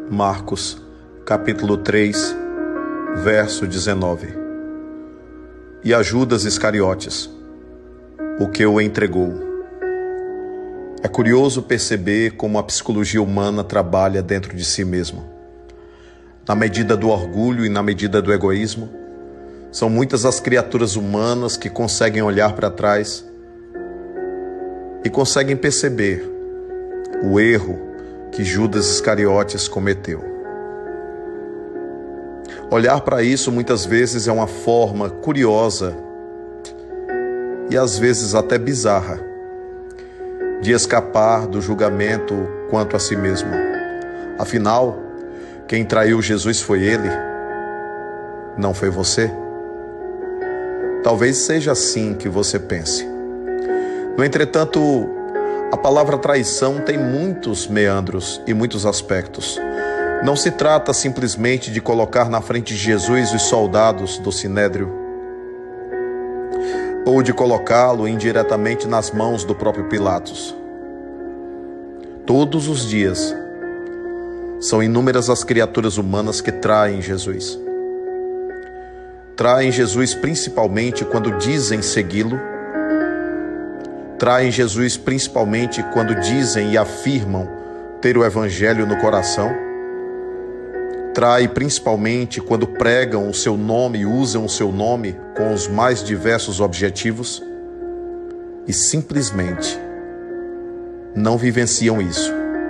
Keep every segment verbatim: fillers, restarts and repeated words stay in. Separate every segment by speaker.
Speaker 1: Marcos, capítulo três, verso dezenove. E a Judas Iscariotes, o que o entregou. É curioso perceber como a psicologia humana trabalha dentro de si mesmo. Na medida do orgulho e na medida do egoísmo, são muitas as criaturas humanas que conseguem olhar para trás e conseguem perceber o erro que Judas Iscariotes cometeu. Olhar para isso muitas vezes é uma forma curiosa e às vezes até bizarra de escapar do julgamento quanto a si mesmo. Afinal, quem traiu Jesus foi ele, não foi você? Talvez seja assim que você pense. No entretanto, a palavra traição tem muitos meandros e muitos aspectos. Não se trata simplesmente de colocar na frente de Jesus os soldados do Sinédrio, ou de colocá-lo indiretamente nas mãos do próprio Pilatos. Todos os dias, são inúmeras as criaturas humanas que traem Jesus. Traem Jesus principalmente quando dizem segui-lo. Traem Jesus principalmente quando dizem e afirmam ter o Evangelho no coração. Trai principalmente quando pregam o seu nome e usam o seu nome com os mais diversos objetivos e simplesmente não vivenciam isso.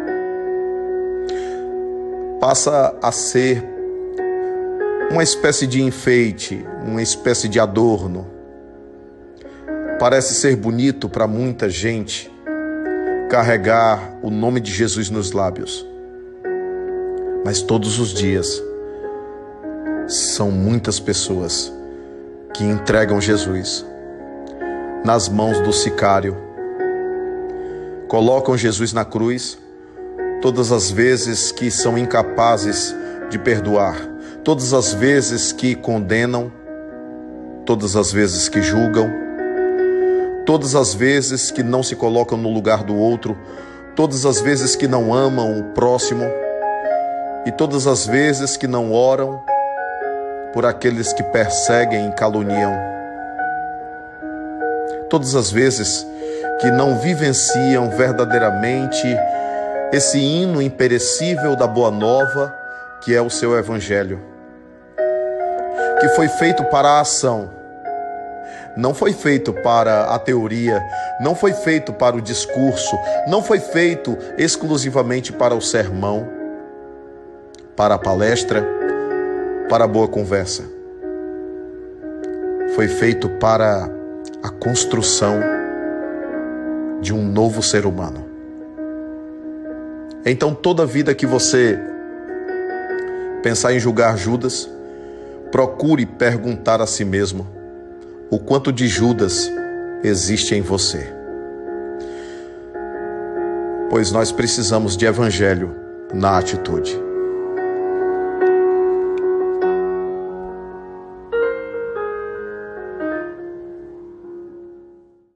Speaker 1: Passa a ser uma espécie de enfeite, uma espécie de adorno. Parece ser bonito para muita gente carregar o nome de Jesus nos lábios. Mas todos os dias são muitas pessoas que entregam Jesus nas mãos do sicário. Colocam Jesus na cruz todas as vezes que são incapazes de perdoar, todas as vezes que condenam, todas as vezes que julgam, todas as vezes que não se colocam no lugar do outro, todas as vezes que não amam o próximo e todas as vezes que não oram por aqueles que perseguem e caluniam. Todas as vezes que não vivenciam verdadeiramente esse hino imperecível da Boa Nova, que é o seu Evangelho, que foi feito para a ação, não foi feito para a teoria, não foi feito para o discurso, não foi feito exclusivamente para o sermão, para a palestra, para a boa conversa. Foi feito para a construção de um novo ser humano. Então, toda vida que você pensar em julgar Judas, procure perguntar a si mesmo o quanto de Judas existe em você. Pois nós precisamos de evangelho na atitude.